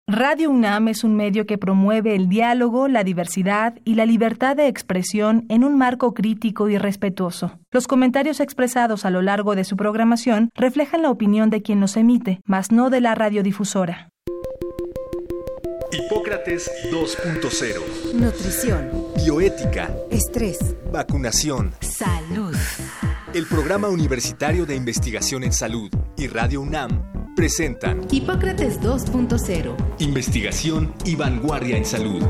Radio UNAM es un medio que promueve el diálogo, la diversidad y la libertad de expresión en un marco crítico y respetuoso. Los comentarios expresados a lo largo de su programación reflejan la opinión de quien los emite, mas no de la radiodifusora. Hipócrates 2.0. Nutrición. Bioética. Estrés. Vacunación. Salud. El Programa Universitario de Investigación en Salud y Radio UNAM presentan Hipócrates 2.0. Investigación y vanguardia en salud.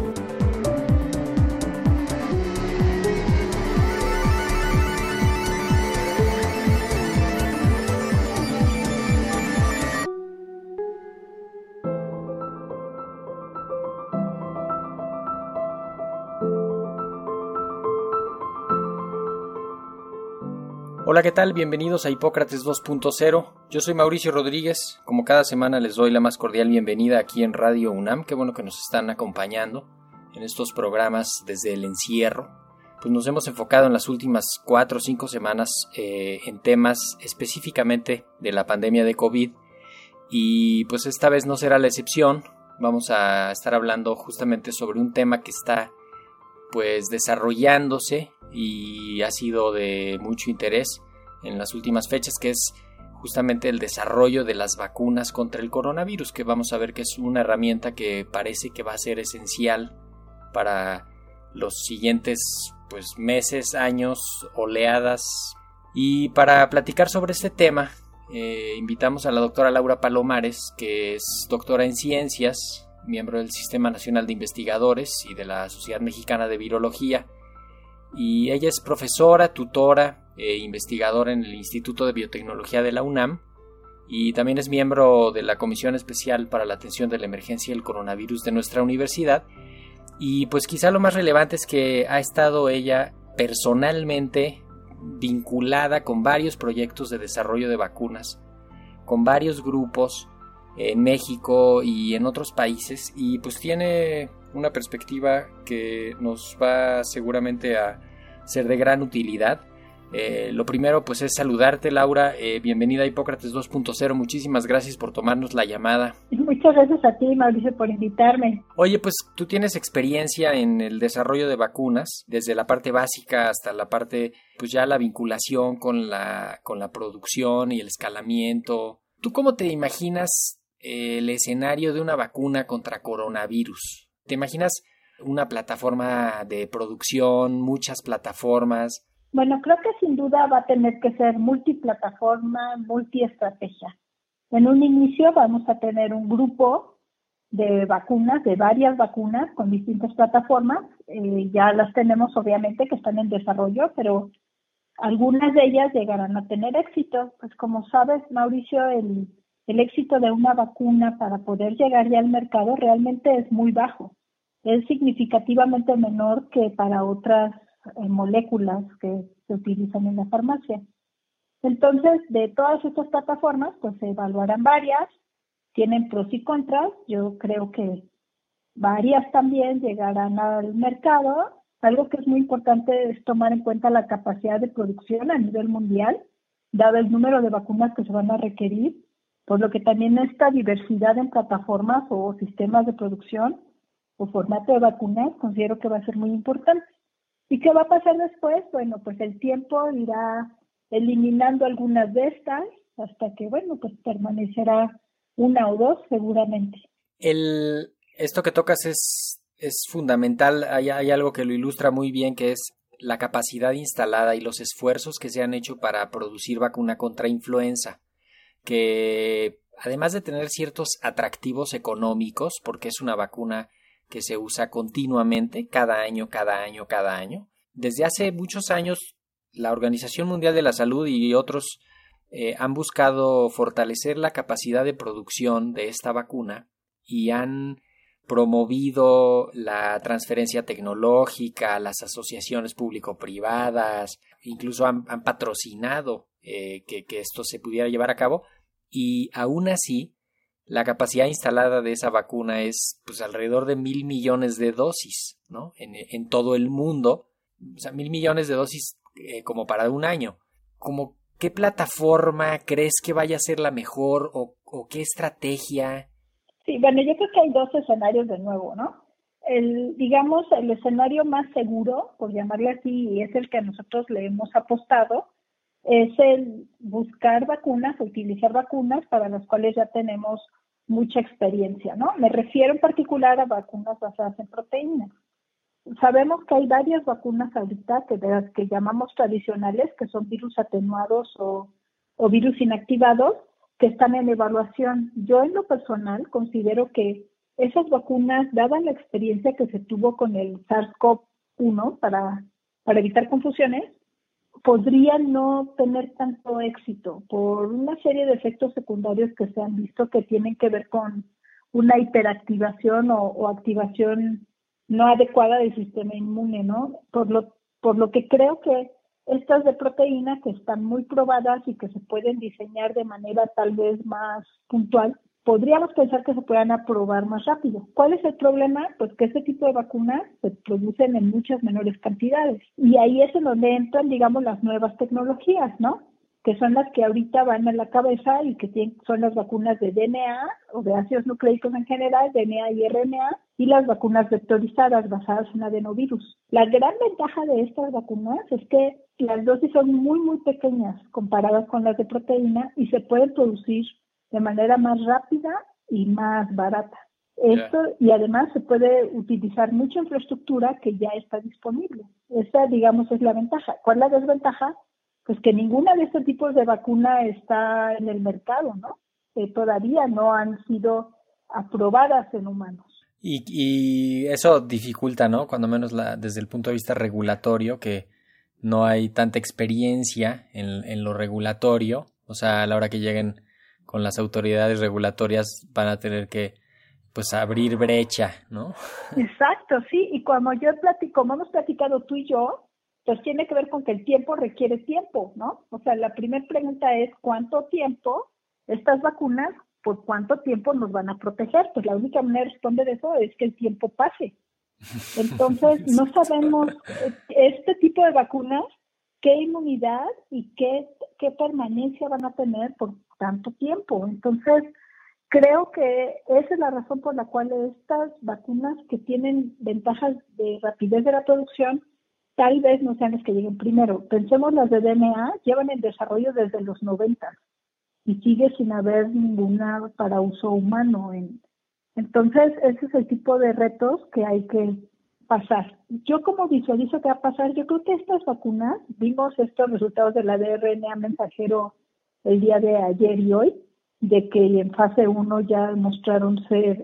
Hola, ¿qué tal? Bienvenidos a Hipócrates 2.0. Yo soy Mauricio Rodríguez. Como cada semana les doy la más cordial bienvenida aquí en Radio UNAM. Qué bueno que nos están acompañando en estos programas desde el encierro. Pues nos hemos enfocado en las últimas 4 o 5 semanas en temas específicamente de la pandemia de COVID. Y pues esta vez no será la excepción. Vamos a estar hablando justamente sobre un tema que está pues desarrollándose y ha sido de mucho interés en las últimas fechas, que es justamente el desarrollo de las vacunas contra el coronavirus, que vamos a ver que es una herramienta que parece que va a ser esencial para los siguientes pues meses, años, oleadas. Y para platicar sobre este tema invitamos a la doctora Laura Palomares, que es doctora en ciencias, miembro del Sistema Nacional de Investigadores y de la Sociedad Mexicana de Virología, y ella es profesora, tutora e investigadora en el Instituto de Biotecnología de la UNAM, y también es miembro de la Comisión Especial para la Atención de la Emergencia del Coronavirus de nuestra universidad. Y pues quizá lo más relevante es que ha estado ella personalmente vinculada con varios proyectos de desarrollo de vacunas, con varios grupos en México y en otros países, y pues tiene una perspectiva que nos va seguramente a ser de gran utilidad. Lo primero pues es saludarte, Laura. Bienvenida a Hipócrates 2.0. Muchísimas gracias por tomarnos la llamada. Muchas gracias a ti, Mauricio, por invitarme. Oye, pues tú tienes experiencia en el desarrollo de vacunas, desde la parte básica hasta la parte, pues ya la vinculación con la producción y el escalamiento. ¿Tú cómo te imaginas el escenario de una vacuna contra coronavirus? ¿Te imaginas una plataforma de producción, muchas plataformas? Bueno, creo que sin duda va a tener que ser multiplataforma, multiestrategia. En un inicio vamos a tener un grupo de vacunas, de varias vacunas con distintas plataformas. Ya las tenemos obviamente que están en desarrollo, pero algunas de ellas llegarán a tener éxito. Pues como sabes, Mauricio, el éxito de una vacuna para poder llegar ya al mercado realmente es muy bajo. Es significativamente menor que para otras moléculas que se utilizan en la farmacia. Entonces, de todas estas plataformas, pues se evaluarán varias, tienen pros y contras. Yo creo que varias también llegarán al mercado. Algo que es muy importante es tomar en cuenta la capacidad de producción a nivel mundial, dado el número de vacunas que se van a requerir, por lo que también esta diversidad en plataformas o sistemas de producción o formato de vacunas considero que va a ser muy importante. ¿Y qué va a pasar después? Bueno, pues el tiempo irá eliminando algunas de estas hasta que, bueno, pues permanecerá una o dos seguramente. Esto que tocas es fundamental. Hay algo que lo ilustra muy bien, que es la capacidad instalada y los esfuerzos que se han hecho para producir vacuna contra influenza, que además de tener ciertos atractivos económicos, porque es una vacuna que se usa continuamente, cada año, desde hace muchos años la Organización Mundial de la Salud y otros han buscado fortalecer la capacidad de producción de esta vacuna y han promovido la transferencia tecnológica, las asociaciones público-privadas, incluso han patrocinado que esto se pudiera llevar a cabo, y aún así la capacidad instalada de esa vacuna es pues alrededor de 1,000 millones de dosis, ¿no? En todo el mundo, o sea, 1,000 millones de dosis como para un año. ¿Qué plataforma crees que vaya a ser la mejor o qué estrategia? Sí, bueno, yo creo que hay dos escenarios de nuevo, ¿no? Digamos, el escenario más seguro, por llamarle así, y es el que nosotros le hemos apostado, es el buscar vacunas, utilizar vacunas para las cuales ya tenemos mucha experiencia, ¿no? Me refiero en particular a vacunas basadas en proteínas. Sabemos que hay varias vacunas ahorita de las que llamamos tradicionales, que son virus atenuados o virus inactivados, que están en evaluación. Yo en lo personal considero que esas vacunas, dada la experiencia que se tuvo con el SARS-CoV-1 para evitar confusiones, podrían no tener tanto éxito por una serie de efectos secundarios que se han visto que tienen que ver con una hiperactivación o activación no adecuada del sistema inmune, ¿no? Por lo que creo que estas de proteína que están muy probadas y que se pueden diseñar de manera tal vez más puntual, podríamos pensar que se puedan aprobar más rápido. ¿Cuál es el problema? Pues que este tipo de vacunas se producen en muchas menores cantidades. Y ahí es en donde entran, digamos, las nuevas tecnologías, ¿no? Que son las que ahorita van a la cabeza y que son las vacunas de DNA o de ácidos nucleicos en general, DNA y RNA, y las vacunas vectorizadas basadas en adenovirus. La gran ventaja de estas vacunas es que las dosis son muy, muy pequeñas comparadas con las de proteína y se pueden producir de manera más rápida y más barata. Esto, y además se puede utilizar mucha infraestructura que ya está disponible. Esta, digamos, es la ventaja. ¿Cuál es la desventaja? Pues que ninguna de estos tipos de vacuna está en el mercado, ¿no? Todavía no han sido aprobadas en humanos. Y eso dificulta, ¿no? Cuando menos desde el punto de vista regulatorio, que no hay tanta experiencia en lo regulatorio. O sea, a la hora que lleguen con las autoridades regulatorias van a tener que, pues, abrir brecha, ¿no? Exacto, sí. Y como hemos platicado tú y yo, pues tiene que ver con que el tiempo requiere tiempo, ¿no? O sea, la primera pregunta es ¿cuánto tiempo estas vacunas, por cuánto tiempo nos van a proteger? Pues la única manera de responder eso es que el tiempo pase. Entonces, no sabemos este tipo de vacunas qué inmunidad y qué permanencia van a tener por tanto tiempo. Entonces, creo que esa es la razón por la cual estas vacunas que tienen ventajas de rapidez de la producción tal vez no sean las que lleguen primero. Pensemos, las de DNA llevan en desarrollo desde los 90 y sigue sin haber ninguna para uso humano. Entonces, ese es el tipo de retos que hay que pasar. Yo como visualizo que va a pasar, yo creo que estas vacunas, vimos estos resultados de la de RNA mensajero el día de ayer y hoy, de que en fase 1 ya mostraron ser,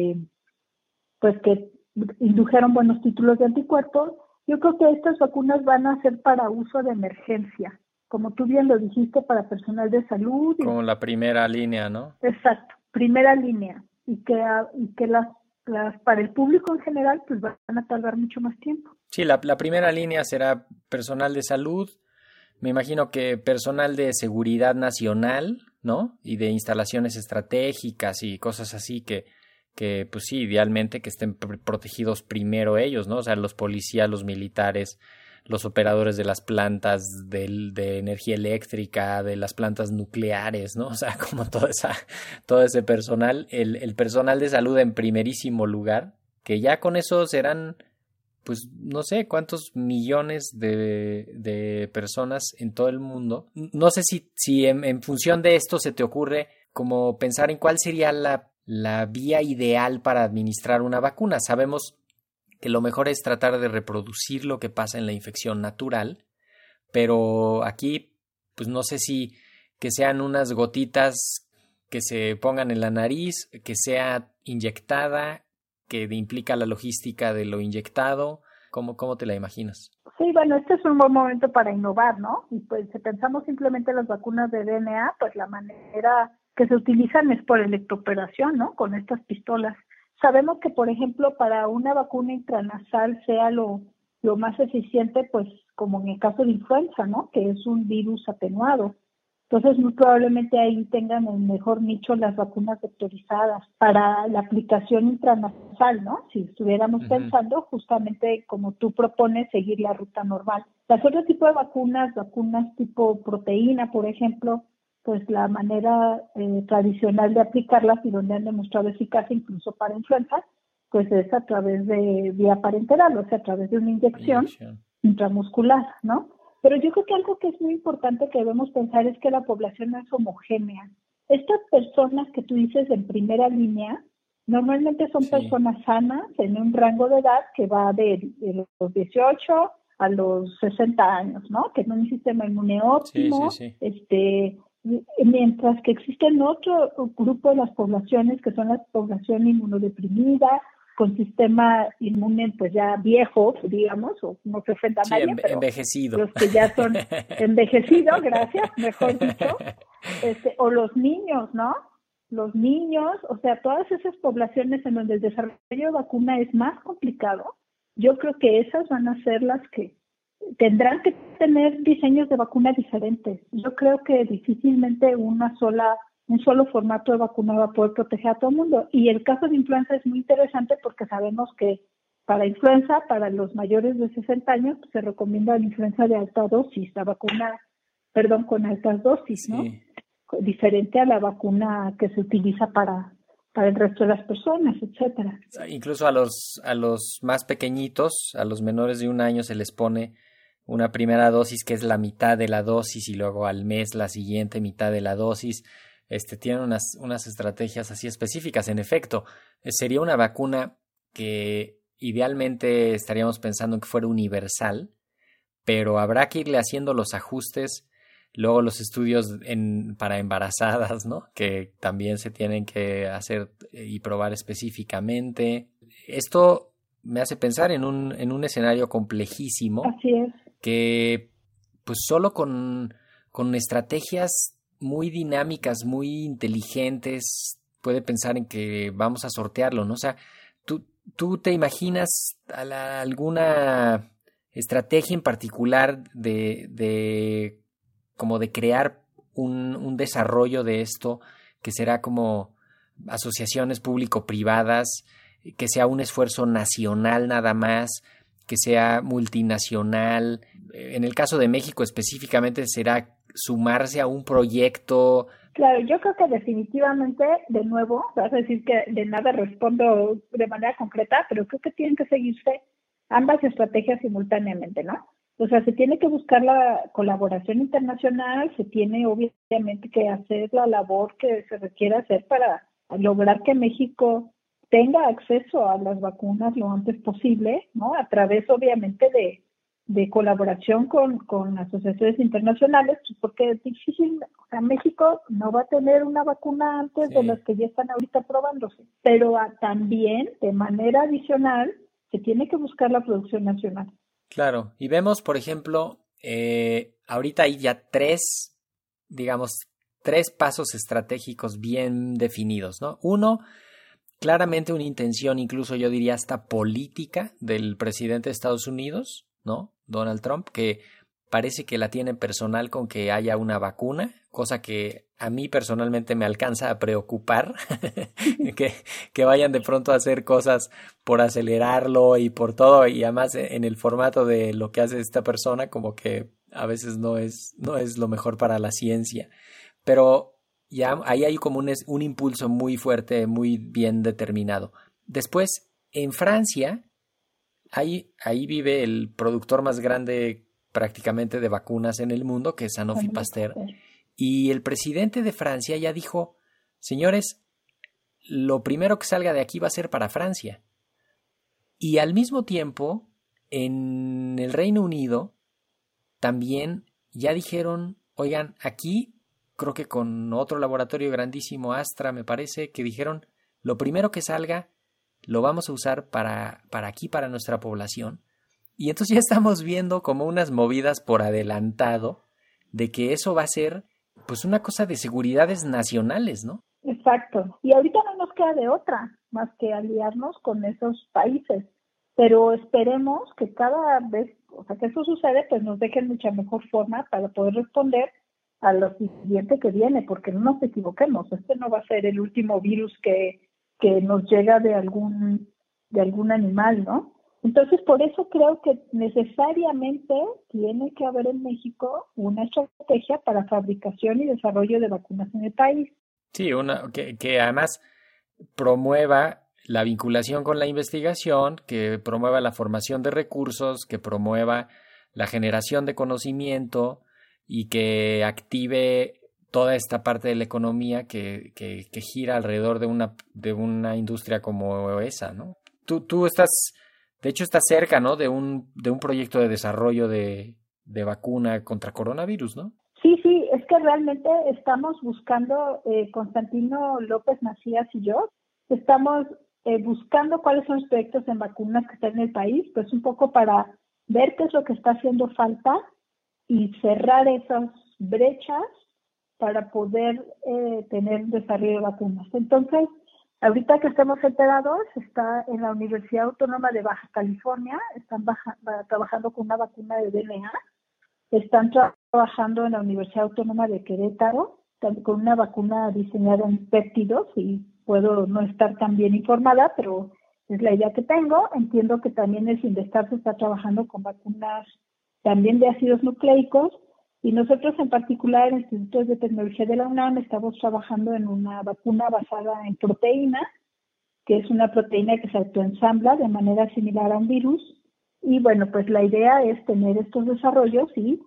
pues que indujeron buenos títulos de anticuerpos. Yo creo que estas vacunas van a ser para uso de emergencia, como tú bien lo dijiste, para personal de salud. Como la primera línea, ¿no? Exacto, primera línea. Y que las para el público en general, pues van a tardar mucho más tiempo. Sí, la primera línea será personal de salud, me imagino que personal de seguridad nacional, ¿no? Y de instalaciones estratégicas y cosas así que pues sí, idealmente que estén protegidos primero ellos, ¿no? O sea, los policías, los militares, los operadores de las plantas de energía eléctrica, de las plantas nucleares, ¿no? O sea, como todo ese personal, el personal de salud en primerísimo lugar, que ya con eso serán, pues, no sé cuántos millones de personas en todo el mundo. No sé si en función de esto se te ocurre como pensar en cuál sería la vía ideal para administrar una vacuna. Sabemos que lo mejor es tratar de reproducir lo que pasa en la infección natural, pero aquí, pues no sé si que sean unas gotitas que se pongan en la nariz, que sea inyectada, que implica la logística de lo inyectado. ¿Cómo te la imaginas? Sí, bueno, este es un buen momento para innovar, ¿no? Y pues si pensamos simplemente en las vacunas de DNA, pues la manera que se utilizan es por electrooperación, ¿no? Con estas pistolas. Sabemos que, por ejemplo, para una vacuna intranasal sea lo más eficiente, pues como en el caso de influenza, ¿no? Que es un virus atenuado. Entonces, muy probablemente ahí tengan el mejor nicho las vacunas vectorizadas para la aplicación intranasal, ¿no? Si estuviéramos pensando justamente como tú propones, seguir la ruta normal. Las otro tipo de vacunas tipo proteína, por ejemplo, pues la manera tradicional de aplicarlas y donde han demostrado eficacia incluso para influenza, pues es a través de vía parenteral, o sea, a través de una inyección intramuscular, ¿no? Pero yo creo que algo que es muy importante que debemos pensar es que la población no es homogénea. Estas personas que tú dices en primera línea, normalmente son personas sanas en un rango de edad que va de los 18 a los 60 años, ¿no? Que tienen un sistema inmune óptimo, mientras que existen otro grupo de las poblaciones que son la población inmunodeprimida, con sistema inmune pues ya viejo, digamos, o no se ofenda a nadie, pero envejecido. Los que ya son envejecidos, gracias, mejor dicho, o los niños, ¿no? Los niños, o sea, todas esas poblaciones en donde el desarrollo de vacuna es más complicado, yo creo que esas van a ser las que tendrán que tener diseños de vacuna diferentes. Yo creo que difícilmente un solo formato de vacuna va a poder proteger a todo el mundo. Y el caso de influenza es muy interesante porque sabemos que para influenza, para los mayores de 60 años, pues, se recomienda la influenza de alta dosis, la vacuna, con altas dosis, ¿no? Diferente a la vacuna que se utiliza para el resto de las personas, etcétera. Incluso a los más pequeñitos, a los menores de 1 año, se les pone una primera dosis que es la mitad de la dosis y luego al mes la siguiente mitad de la dosis. Tienen unas estrategias así específicas. En efecto, sería una vacuna que idealmente estaríamos pensando en que fuera universal, pero habrá que irle haciendo los ajustes. Luego los estudios para embarazadas, ¿no? Que también se tienen que hacer y probar específicamente. Esto me hace pensar en un escenario complejísimo. Así es. Que pues solo con estrategias muy dinámicas, muy inteligentes, puede pensar en que vamos a sortearlo, ¿no? O sea, ¿tú te imaginas alguna estrategia en particular de como de crear un desarrollo de esto que será como asociaciones público-privadas, que sea un esfuerzo nacional nada más, que sea multinacional? En el caso de México específicamente, ¿será sumarse a un proyecto? Claro, yo creo que definitivamente, de nuevo, vas a decir que de nada respondo de manera concreta, pero creo que tienen que seguirse ambas estrategias simultáneamente, ¿no? O sea, se tiene que buscar la colaboración internacional, se tiene obviamente que hacer la labor que se requiere hacer para lograr que México tenga acceso a las vacunas lo antes posible, ¿no? A través obviamente de colaboración con asociaciones internacionales, pues porque es difícil, o sea, México no va a tener una vacuna antes de las que ya están ahorita probándose, pero también de manera adicional se tiene que buscar la producción nacional. Claro, y vemos, por ejemplo, ahorita hay ya tres pasos estratégicos bien definidos, ¿no? Uno, claramente una intención, incluso yo diría hasta política, del presidente de Estados Unidos, ¿no? Donald Trump, que parece que la tiene personal con que haya una vacuna, cosa que a mí personalmente me alcanza a preocupar, que vayan de pronto a hacer cosas por acelerarlo y por todo, y además en el formato de lo que hace esta persona, como que a veces no es lo mejor para la ciencia. Pero ya ahí hay como un impulso muy fuerte, muy bien determinado. Después, en Francia, ahí vive el productor más grande prácticamente de vacunas en el mundo, que es Sanofi Pasteur. Y el presidente de Francia ya dijo, señores, lo primero que salga de aquí va a ser para Francia. Y al mismo tiempo, en el Reino Unido, también ya dijeron, oigan, aquí, creo que con otro laboratorio grandísimo, Astra me parece, que dijeron, lo primero que salga, lo vamos a usar para aquí, para nuestra población. Y entonces ya estamos viendo como unas movidas por adelantado de que eso va a ser pues una cosa de seguridades nacionales, ¿no? Exacto. Y ahorita no nos queda de otra más que aliarnos con esos países. Pero esperemos que cada vez, o sea, que eso sucede, pues nos dejen mucha mejor forma para poder responder a lo siguiente que viene, porque no nos equivoquemos. Este no va a ser el último virus que nos llega de algún animal, ¿no? Entonces, por eso creo que necesariamente tiene que haber en México una estrategia para fabricación y desarrollo de vacunas en el país. Sí, que además promueva la vinculación con la investigación, que promueva la formación de recursos, que promueva la generación de conocimiento y que active toda esta parte de la economía que gira alrededor de una industria como esa, ¿no? Tú estás, de hecho, estás cerca, ¿no? De un proyecto de desarrollo de vacuna contra coronavirus, ¿no? Sí, es que realmente estamos buscando, Constantino López Macías y yo, estamos buscando cuáles son los proyectos en vacunas que están en el país, pues un poco para ver qué es lo que está haciendo falta y cerrar esas brechas para poder tener desarrollo de vacunas. Entonces, ahorita que estamos enterados, está en la Universidad Autónoma de Baja California, están trabajando con una vacuna de DNA, están trabajando en la Universidad Autónoma de Querétaro con una vacuna diseñada en péptidos, y puedo no estar tan bien informada, pero es la idea que tengo. Entiendo que también el CINVESTAR se está trabajando con vacunas también de ácidos nucleicos, y nosotros en particular en el Instituto de Tecnología de la UNAM estamos trabajando en una vacuna basada en proteína, que es una proteína que se autoensambla de manera similar a un virus. Y bueno, pues la idea es tener estos desarrollos y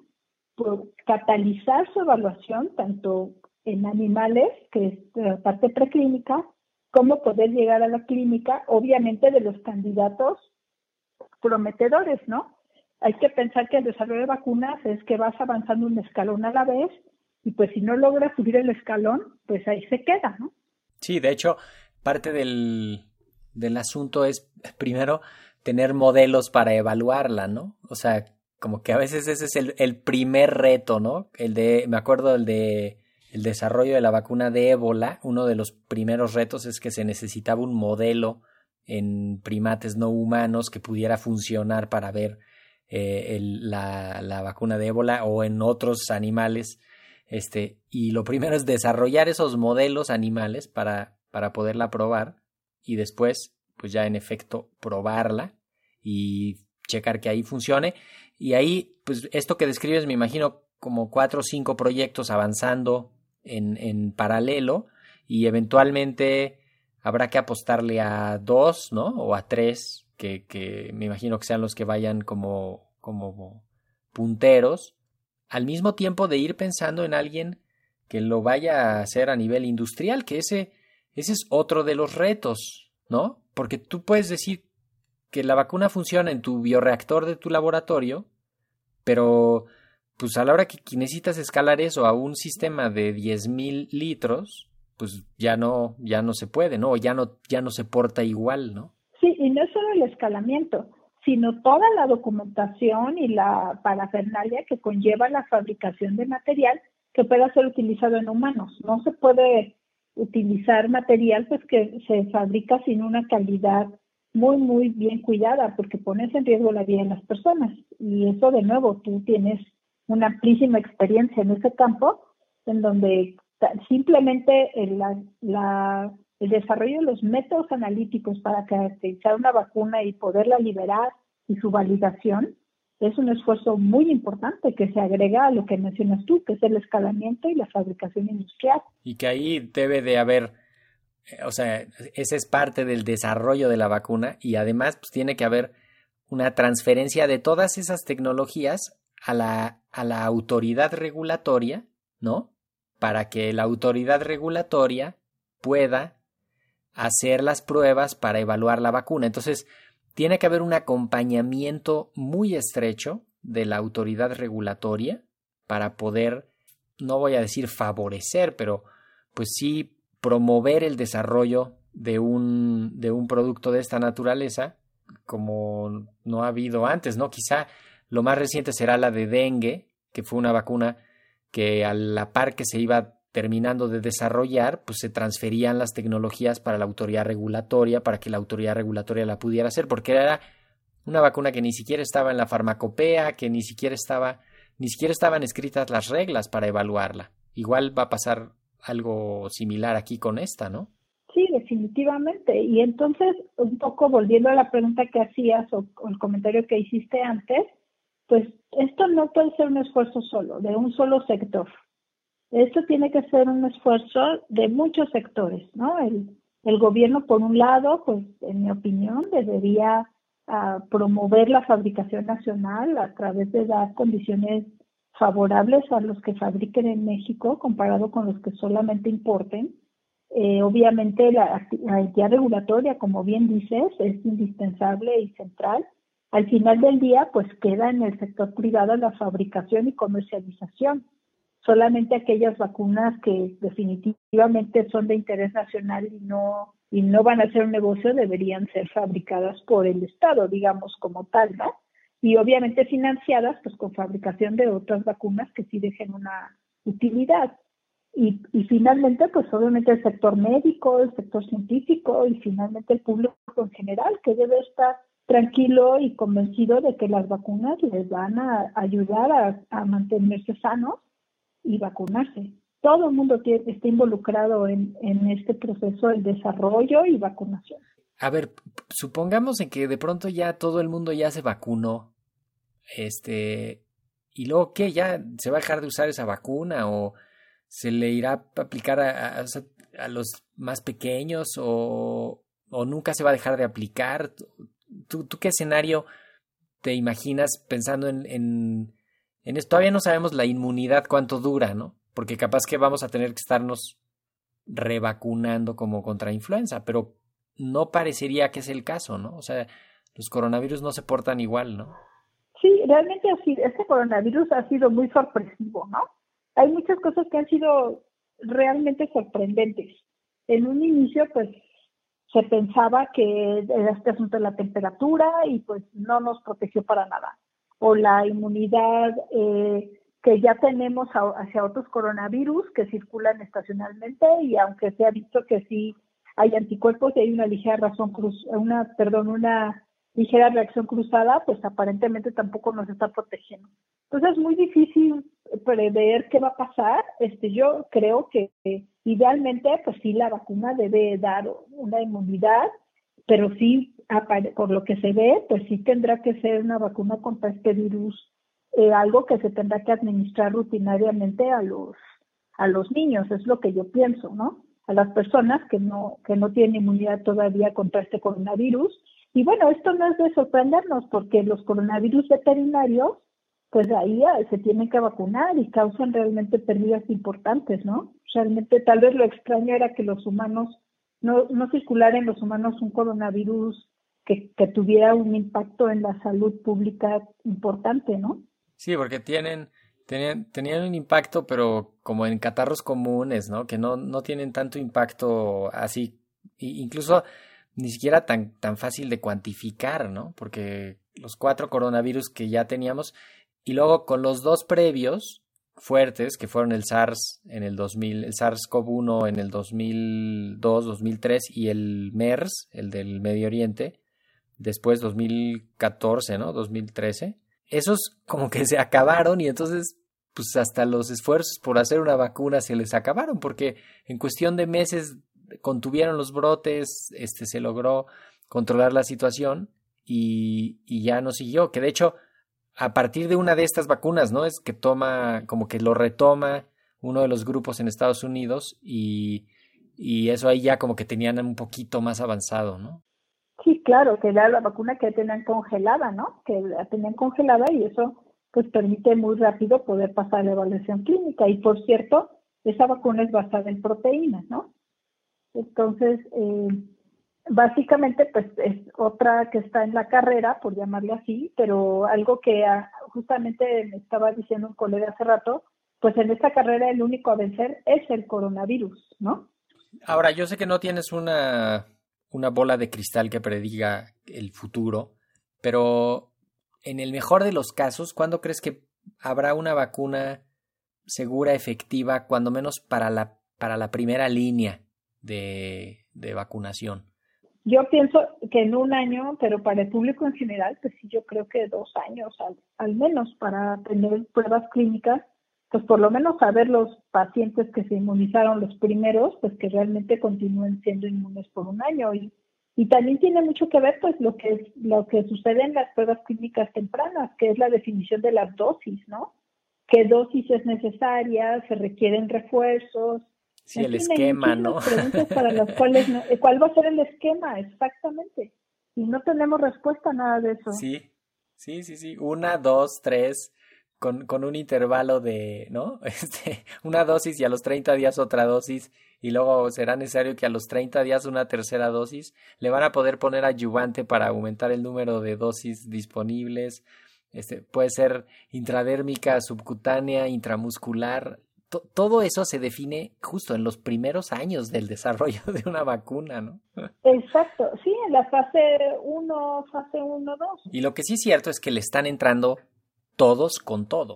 catalizar su evaluación tanto en animales, que es la parte preclínica, como poder llegar a la clínica, obviamente de los candidatos prometedores, ¿no? Hay que pensar que el desarrollo de vacunas es que vas avanzando un escalón a la vez, y pues si no logras subir el escalón, pues ahí se queda, ¿no? Sí, de hecho, parte del asunto es primero tener modelos para evaluarla, ¿no? O sea, como que a veces ese es el primer reto, ¿no? Me acuerdo el desarrollo de la vacuna de ébola. Uno de los primeros retos es que se necesitaba un modelo en primates no humanos que pudiera funcionar para ver la vacuna de ébola o en otros animales. Y lo primero es desarrollar esos modelos animales para poderla probar, y después pues ya en efecto probarla y checar que ahí funcione. Y ahí pues esto que describes, me imagino como 4 o 5 proyectos avanzando en paralelo, y eventualmente habrá que apostarle a 2, ¿no? O a 3 que me imagino que sean los que vayan como punteros, al mismo tiempo de ir pensando en alguien que lo vaya a hacer a nivel industrial, que ese es otro de los retos, ¿no? Porque tú puedes decir que la vacuna funciona en tu bioreactor de tu laboratorio, pero pues a la hora que necesitas escalar eso a un sistema de 10,000 litros, pues ya no se puede, ¿no? O ya no se porta igual, ¿no? Sí, y no es solo el escalamiento, sino toda la documentación y la parafernalia que conlleva la fabricación de material que pueda ser utilizado en humanos. No se puede utilizar material pues que se fabrica sin una calidad muy, muy bien cuidada, porque pones en riesgo la vida de las personas. Y eso, de nuevo, tú tienes una amplísima experiencia en ese campo, en donde simplemente el desarrollo de los métodos analíticos para caracterizar una vacuna y poderla liberar y su validación es un esfuerzo muy importante que se agrega a lo que mencionas tú, que es el escalamiento y la fabricación industrial. Y que ahí debe de haber, o sea, ese es parte del desarrollo de la vacuna, y además pues tiene que haber una transferencia de todas esas tecnologías a la autoridad regulatoria, ¿no? Para que la autoridad regulatoria pueda hacer las pruebas para evaluar la vacuna. Entonces, tiene que haber un acompañamiento muy estrecho de la autoridad regulatoria para poder, no voy a decir favorecer, pero pues sí promover el desarrollo de un producto de esta naturaleza como no ha habido antes, ¿no? Quizá lo más reciente será la de dengue, que fue una vacuna que a la par que se iba terminando de desarrollar, pues se transferían las tecnologías para la autoridad regulatoria, para que la autoridad regulatoria la pudiera hacer, porque era una vacuna que ni siquiera estaba en la farmacopea, que ni siquiera estaban escritas las reglas para evaluarla. Igual va a pasar algo similar aquí con esta, ¿no? Sí, definitivamente. Y entonces, un poco volviendo a la pregunta que hacías o el comentario que hiciste antes, pues esto no puede ser un esfuerzo solo, de un solo sector. Esto tiene que ser un esfuerzo de muchos sectores, ¿no? El gobierno, por un lado, pues en mi opinión, debería promover la fabricación nacional a través de dar condiciones favorables a los que fabriquen en México comparado con los que solamente importen. Obviamente la entidad regulatoria, como bien dices, es indispensable y central. Al final del día, pues queda en el sector privado la fabricación y comercialización. Solamente aquellas vacunas que definitivamente son de interés nacional y no van a ser un negocio deberían ser fabricadas por el Estado, digamos, como tal, ¿no? Y obviamente financiadas pues con fabricación de otras vacunas que sí dejen una utilidad. Y finalmente, pues obviamente el sector médico, el sector científico y finalmente el público en general, que debe estar tranquilo y convencido de que las vacunas les van a ayudar a mantenerse sanos y vacunarse. Todo el mundo está involucrado en este proceso de desarrollo y vacunación. A ver, supongamos en que de pronto ya todo el mundo ya se vacunó, y luego ¿qué? ¿Ya se va a dejar de usar esa vacuna o se le irá a aplicar a los más pequeños o nunca se va a dejar de aplicar? ¿Tú qué escenario te imaginas pensando en esto? Todavía no sabemos la inmunidad cuánto dura, ¿no? Porque capaz que vamos a tener que estarnos revacunando como contra influenza, pero no parecería que es el caso, ¿no? O sea, los coronavirus no se portan igual, ¿no? Sí, realmente así, este coronavirus ha sido muy sorpresivo, ¿no? Hay muchas cosas que han sido realmente sorprendentes. En un inicio, pues, se pensaba que era este asunto de la temperatura y pues no nos protegió para nada. O la inmunidad que ya tenemos hacia otros coronavirus que circulan estacionalmente y aunque se ha visto que sí hay anticuerpos y hay una ligera una ligera reacción cruzada, pues aparentemente tampoco nos está protegiendo. Entonces es muy difícil prever qué va a pasar. Yo creo que idealmente, pues sí, la vacuna debe dar una inmunidad, pero sí, por lo que se ve, pues sí tendrá que ser una vacuna contra este virus, algo que se tendrá que administrar rutinariamente a los niños, es lo que yo pienso, ¿no? A las personas que no tienen inmunidad todavía contra este coronavirus. Y bueno, esto no es de sorprendernos, porque los coronavirus veterinarios, pues ahí se tienen que vacunar y causan realmente pérdidas importantes, ¿no? Realmente tal vez lo extraño era que los humanos, no circulara en los humanos un coronavirus que tuviera un impacto en la salud pública importante, ¿no? Sí, porque tenían un impacto, pero como en catarros comunes, ¿no? Que no tienen tanto impacto así, incluso ni siquiera tan fácil de cuantificar, ¿no? Porque los 4 coronavirus que ya teníamos, y luego con los 2 previos fuertes, que fueron el SARS en el 2000, el SARS-CoV-1 en el 2002, 2003 y el MERS, el del Medio Oriente, después 2014, ¿no? 2013. Esos como que se acabaron y entonces pues hasta los esfuerzos por hacer una vacuna se les acabaron porque en cuestión de meses contuvieron los brotes, se logró controlar la situación y ya no siguió, que de hecho a partir de una de estas vacunas, ¿no? Es que como que lo retoma uno de los grupos en Estados Unidos y eso ahí ya como que tenían un poquito más avanzado, ¿no? Sí, claro, que era la vacuna que tenían congelada, ¿no? Que la tenían congelada y eso pues permite muy rápido poder pasar la evaluación clínica. Y por cierto, esa vacuna es basada en proteínas, ¿no? Entonces, básicamente pues es otra que está en la carrera, por llamarlo así, pero algo que justamente me estaba diciendo un colega hace rato, pues en esta carrera el único a vencer es el coronavirus, ¿no? Ahora, yo sé que no tienes una bola de cristal que prediga el futuro, pero en el mejor de los casos, ¿cuándo crees que habrá una vacuna segura, efectiva, cuando menos para la primera línea de vacunación? Yo pienso que en 1 año, pero para el público en general, pues sí, yo creo que 2 años al menos para tener pruebas clínicas pues por lo menos saber los pacientes que se inmunizaron los primeros, pues que realmente continúen siendo inmunes por un año. Y también tiene mucho que ver pues lo que sucede en las pruebas clínicas tempranas, que es la definición de las dosis, ¿no? ¿Qué dosis es necesaria? ¿Se requieren refuerzos? Sí, el esquema, ¿no? Preguntas para las cuales ¿cuál va a ser el esquema? Exactamente. Y no tenemos respuesta a nada de eso. Sí. 1, 2, 3, con un intervalo de, ¿no? Una dosis y a los 30 días otra dosis, y luego será necesario que a los 30 días una tercera dosis. Le van a poder poner adyuvante para aumentar el número de dosis disponibles. Puede ser intradérmica, subcutánea, intramuscular. Todo eso se define justo en los primeros años del desarrollo de una vacuna, ¿no? Exacto, sí, en la fase 1, 2. Y lo que sí es cierto es que le están entrando todos con todo.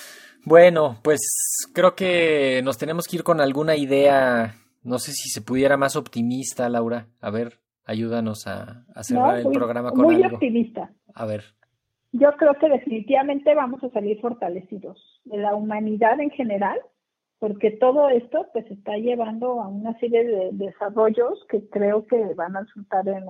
Bueno, pues creo que nos tenemos que ir con alguna idea, no sé si se pudiera más optimista, Laura. A ver, ayúdanos a cerrar el programa con muy algo. Optimista. A ver. Yo creo que definitivamente vamos a salir fortalecidos de la humanidad en general, porque todo esto pues está llevando a una serie de desarrollos que creo que van a resultar en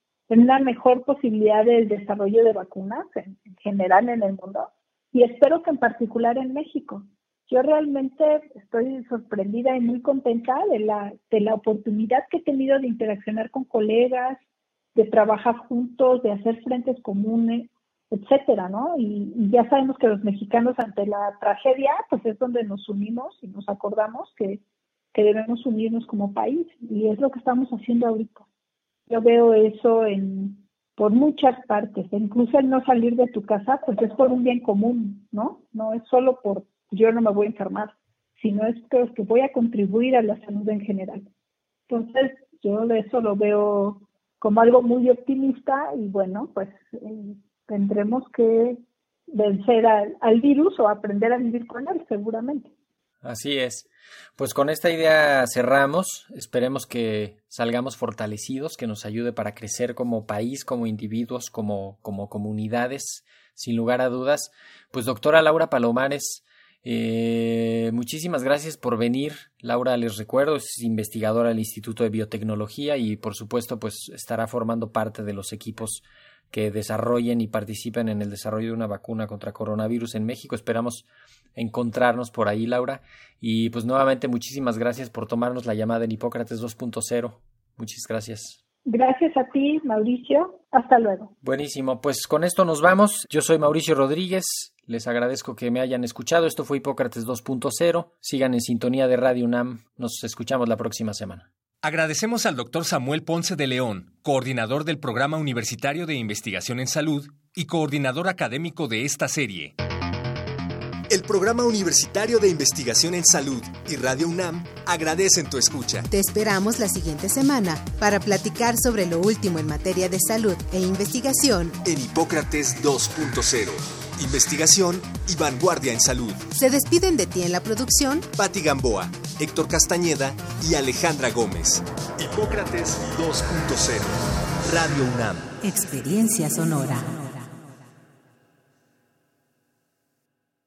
una mejor posibilidad del desarrollo de vacunas en general en el mundo, y espero que en particular en México. Yo realmente estoy sorprendida y muy contenta de la oportunidad que he tenido de interaccionar con colegas, de trabajar juntos, de hacer frentes comunes, etcétera, ¿no? Y ya sabemos que los mexicanos ante la tragedia, pues es donde nos unimos y nos acordamos que debemos unirnos como país, y es lo que estamos haciendo ahorita. Yo veo eso por muchas partes, incluso el no salir de tu casa, pues es por un bien común, ¿no? No es solo por yo no me voy a enfermar, sino es que voy a contribuir a la salud en general. Entonces, yo eso lo veo como algo muy optimista, y bueno, pues tendremos que vencer al virus o aprender a vivir con él, seguramente. Así es. Pues con esta idea cerramos. Esperemos que salgamos fortalecidos, que nos ayude para crecer como país, como individuos, como comunidades, sin lugar a dudas. Pues doctora Laura Palomares, muchísimas gracias por venir. Laura, les recuerdo, es investigadora del Instituto de Biotecnología y por supuesto pues estará formando parte de los equipos que desarrollen y participen en el desarrollo de una vacuna contra coronavirus en México. Esperamos encontrarnos por ahí, Laura. Y pues nuevamente muchísimas gracias por tomarnos la llamada en Hipócrates 2.0. Muchas gracias. Gracias a ti, Mauricio. Hasta luego. Buenísimo. Pues con esto nos vamos. Yo soy Mauricio Rodríguez. Les agradezco que me hayan escuchado. Esto fue Hipócrates 2.0. Sigan en sintonía de Radio UNAM. Nos escuchamos la próxima semana. Agradecemos al Dr. Samuel Ponce de León, coordinador del Programa Universitario de Investigación en Salud y coordinador académico de esta serie. El Programa Universitario de Investigación en Salud y Radio UNAM agradecen tu escucha. Te esperamos la siguiente semana para platicar sobre lo último en materia de salud e investigación En Hipócrates 2.0. Investigación y vanguardia en salud. Se despiden de ti en la producción Patti Gamboa, Héctor Castañeda y Alejandra Gómez. Hipócrates 2.0. Radio UNAM. Experiencia Sonora.